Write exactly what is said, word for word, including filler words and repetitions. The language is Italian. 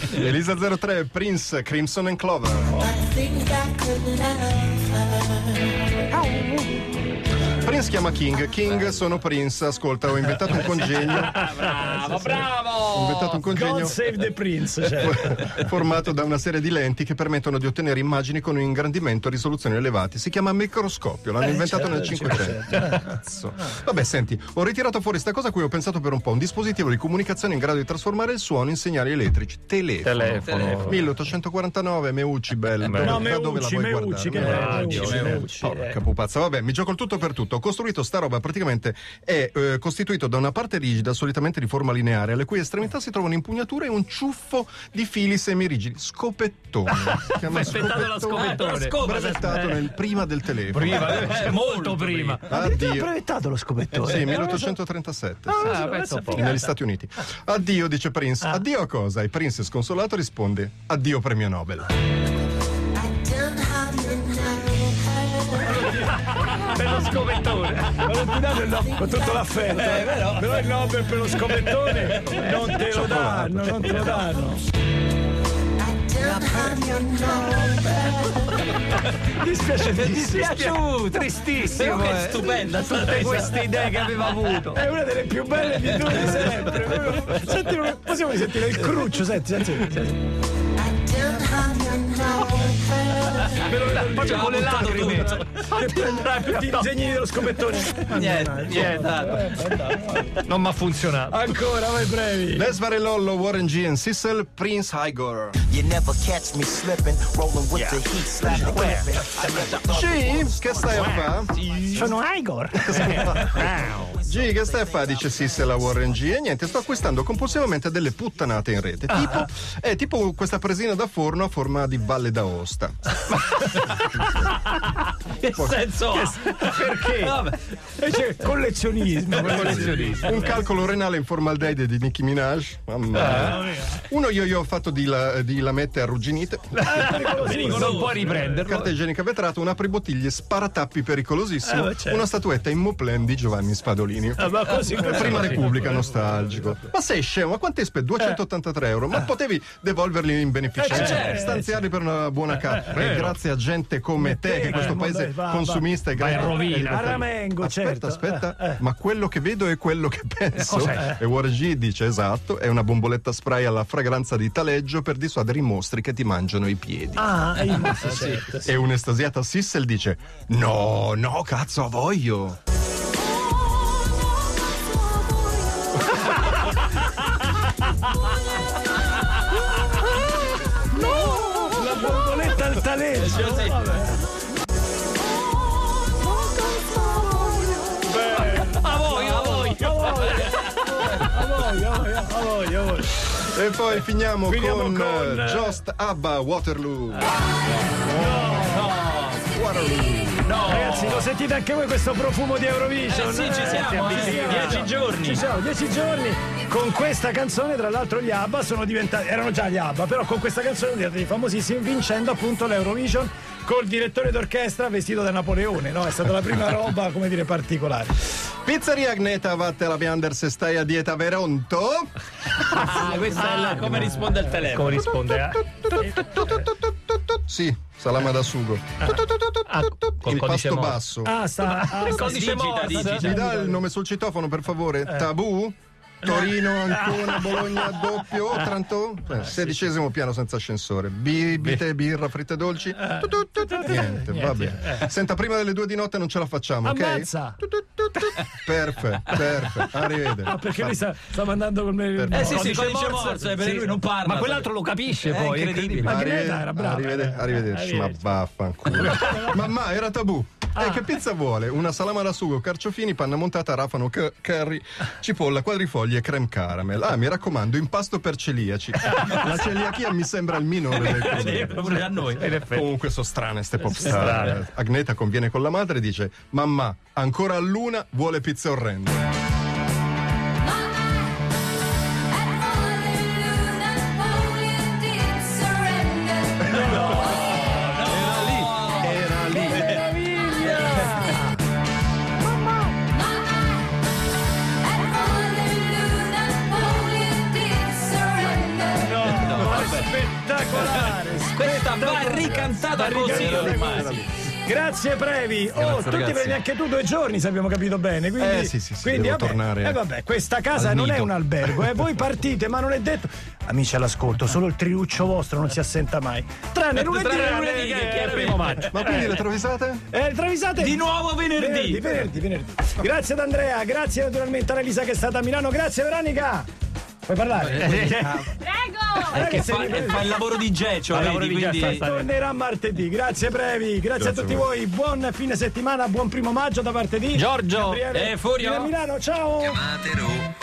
Elisa zero tre, Prince, Crimson and Clover. Prince chiama King, King sono Prince. Ascolta, ho inventato un congegno. Bravo, bravo! Ho inventato un congegno. God save the Prince, cioè. Formato da una serie di lenti che permettono di ottenere immagini con un ingrandimento a risoluzioni elevate. Si chiama microscopio, l'hanno Eh, inventato certo, nel Cinquecento. Cazzo. Vabbè, senti, ho ritirato fuori sta cosa a cui ho pensato per un po'. Un dispositivo di comunicazione in grado di trasformare il suono in segnali elettrici. Telefono. Telefono. milleottocentoquarantanove, Meucci, bello. Beh. Dove, No, da dove la Meucci, vuoi Meucci, che guardare? è Radio, Meucci, Meucci, Meucci, Porca eh. pupazza, vabbè, mi gioco il tutto per tutto. Ho costruito sta roba, praticamente è eh, costituito da una parte rigida, solitamente di forma lineare, alle cui estremità si trovano impugnature e un ciuffo di fili semirigidi. Scopettone. Si chiama Inventato la scopettone. brevettato nel, prima del telefono. Prima, eh, molto prima. Ma addirittura ha Addio. brevettato lo scopettone. Sì, milleottocentotrentasette. Ah, penso un po'. Negli Stati Uniti. Addio, dice Prince. Addio a cosa? E Prince, sconsolato, risponde: addio premio Nobel. Per lo scopettone. Valentinato il no- con tutto l'affetto. Eh, però. Però il Nobel per lo scopettone non te lo danno, non te lo danno. Dispiaciutissimo. Dispiaciuto, tristissimo. Che eh. stupenda tutte queste idee che aveva avuto. È una delle più belle di tutte sempre. Senti, possiamo sentire il cruccio, senti, senti. senti. Proprio con le lacrime. Che prenderai tutti i disegnini dello scopettone. Niente, niente. Non mi ha funzionato. Ancora, vai brevi. Les Varelollo, Warren G and Sissel, Prince Igor. You never catch me slipping, rolling with the heat, slapping whipping. I let the G, che stai a fare? Sono Igor. G, che stai a fare? Dice Sissel a Warren G. E niente, sto acquistando compulsivamente delle puttanate in rete. Tipo, è tipo questa presina da forno a forma di Valle d'Aosta. Che senso ha? Perché? Vabbè. Cioè, collezionismo. collezionismo. Un calcolo renale in formaldeide di Nicki Minaj. Mamma mia. Uno yo-yo fatto di, la, di lamette arrugginite. Non puoi riprenderlo. Carta igienica vetrata, un apribottiglie sparatappi pericolosissimo. Eh, certo. Una statuetta in Moplen di Giovanni Spadolini. Ah, ma così, così. Prima Repubblica, nostalgico. Ma sei scemo? Ma quanti spesi? duecentottantatré euro. Ma potevi devolverli in beneficenza, Eh, certo. stanziarli per una buona causa. E grazie a gente come te, che questo Eh, paese va, va. consumista e Vai in rovina. e- A Ramengo, Aspetta, certo. aspetta, Eh, eh. ma quello che vedo è quello che penso. Cos'è? E Warren G dice: esatto, è una bomboletta spray alla fragranza di taleggio per dissuadere i mostri che ti mangiano i piedi. Ah, è in certo. E un'estasiata Sissel dice: no, no, cazzo, voglio. La bomboletta al taleggio. A voi, a voi. E poi finiamo, Finiamo con, con, eh, eh, Just Abba Waterloo. Ragazzi, lo sentite anche voi questo profumo di Eurovision? Eh sì, ci siamo, Eh, eh, ci siamo. dieci giorni. Ci siamo, dieci giorni. Con questa canzone, tra l'altro, gli ABBA sono diventati, erano già gli ABBA, però con questa canzone sono diventati famosissimi, vincendo appunto l'Eurovision col direttore d'orchestra vestito da Napoleone, no? È stata la prima roba, come dire, particolare. Pizzeria Agneta, vatte la Biander se stai a dieta veronto. Ah, questa è la, come risponde al telefono. Come risponde? Eh? Sì, salama da sugo. col Il codice pasto Morse. basso. Ah, sta. Ah, sta- Codice Morse. Mi dà il nome sul citofono, per favore? Tabù? Torino, Ancona, Bologna, doppio, Otranto? Eh, sedicesimo piano senza ascensore. Bibite, birra, fritte dolci? Tu, tu, tu, tu. Niente, va bene. Senta, prima delle due di notte non ce la facciamo, ok? Ammazza! Tu, tu, tu, tu. Perfetto, perfetto. Arrivederci. Ah, perché lui sta, sta mandando con me il Eh sì, sì, codice codice Morse. Morse, per lui non parla. Ma quell'altro lo capisce È poi. è incredibile. incredibile. Agneta era brava. Arrivederci, eh. arrivederci, ma Arrivederci. vaffanculo. Mamma, era tabù. E che pizza vuole? Una salama alla sugo, carciofini, panna montata, rafano, c- curry, cipolla, quadrifogli e creme caramel. Ah, mi raccomando, impasto per celiaci. La celiachia mi sembra il minore dei problemi. Pure a noi. Comunque sono strane ste pop star. Eh, Agneta conviene con la madre e dice: mamma, ancora a luna vuole pizza orrende. Spettacolare! Questa va spettacolare. ricantata Va così ricantata ormai. così. Grazie Previ. Oh, Grazie, tu ti ragazzi. prendi anche tu due giorni, se abbiamo capito bene. Quindi, Eh, sì, sì, sì, quindi devo vabbè, tornare eh, vabbè, questa casa al non è nido. un albergo, eh. Voi partite, ma non è detto. Amici all'ascolto, solo il triuccio vostro non si assenta mai. Tranne lunedì, Tranne lunedì lunedì, che che è è primo maggio. Ma quindi le travisate? Eh, travisate Di nuovo venerdì. venerdì, venerdì, venerdì. Grazie ad Andrea, grazie naturalmente a Elisa che è stata a Milano, grazie Veronica. Puoi parlare? Prego! È che se fa, mi prende- fa il lavoro di Geccio, Fa il lavoro vedi, di quindi... Geccio, sta- Tornerà martedì, grazie Previ, grazie, a Grazie tutti a voi. voi, buon fine settimana, buon primo maggio da parte di Giorgio. Gabriele Eh, Furio. da Milano, ciao! Chiamatelo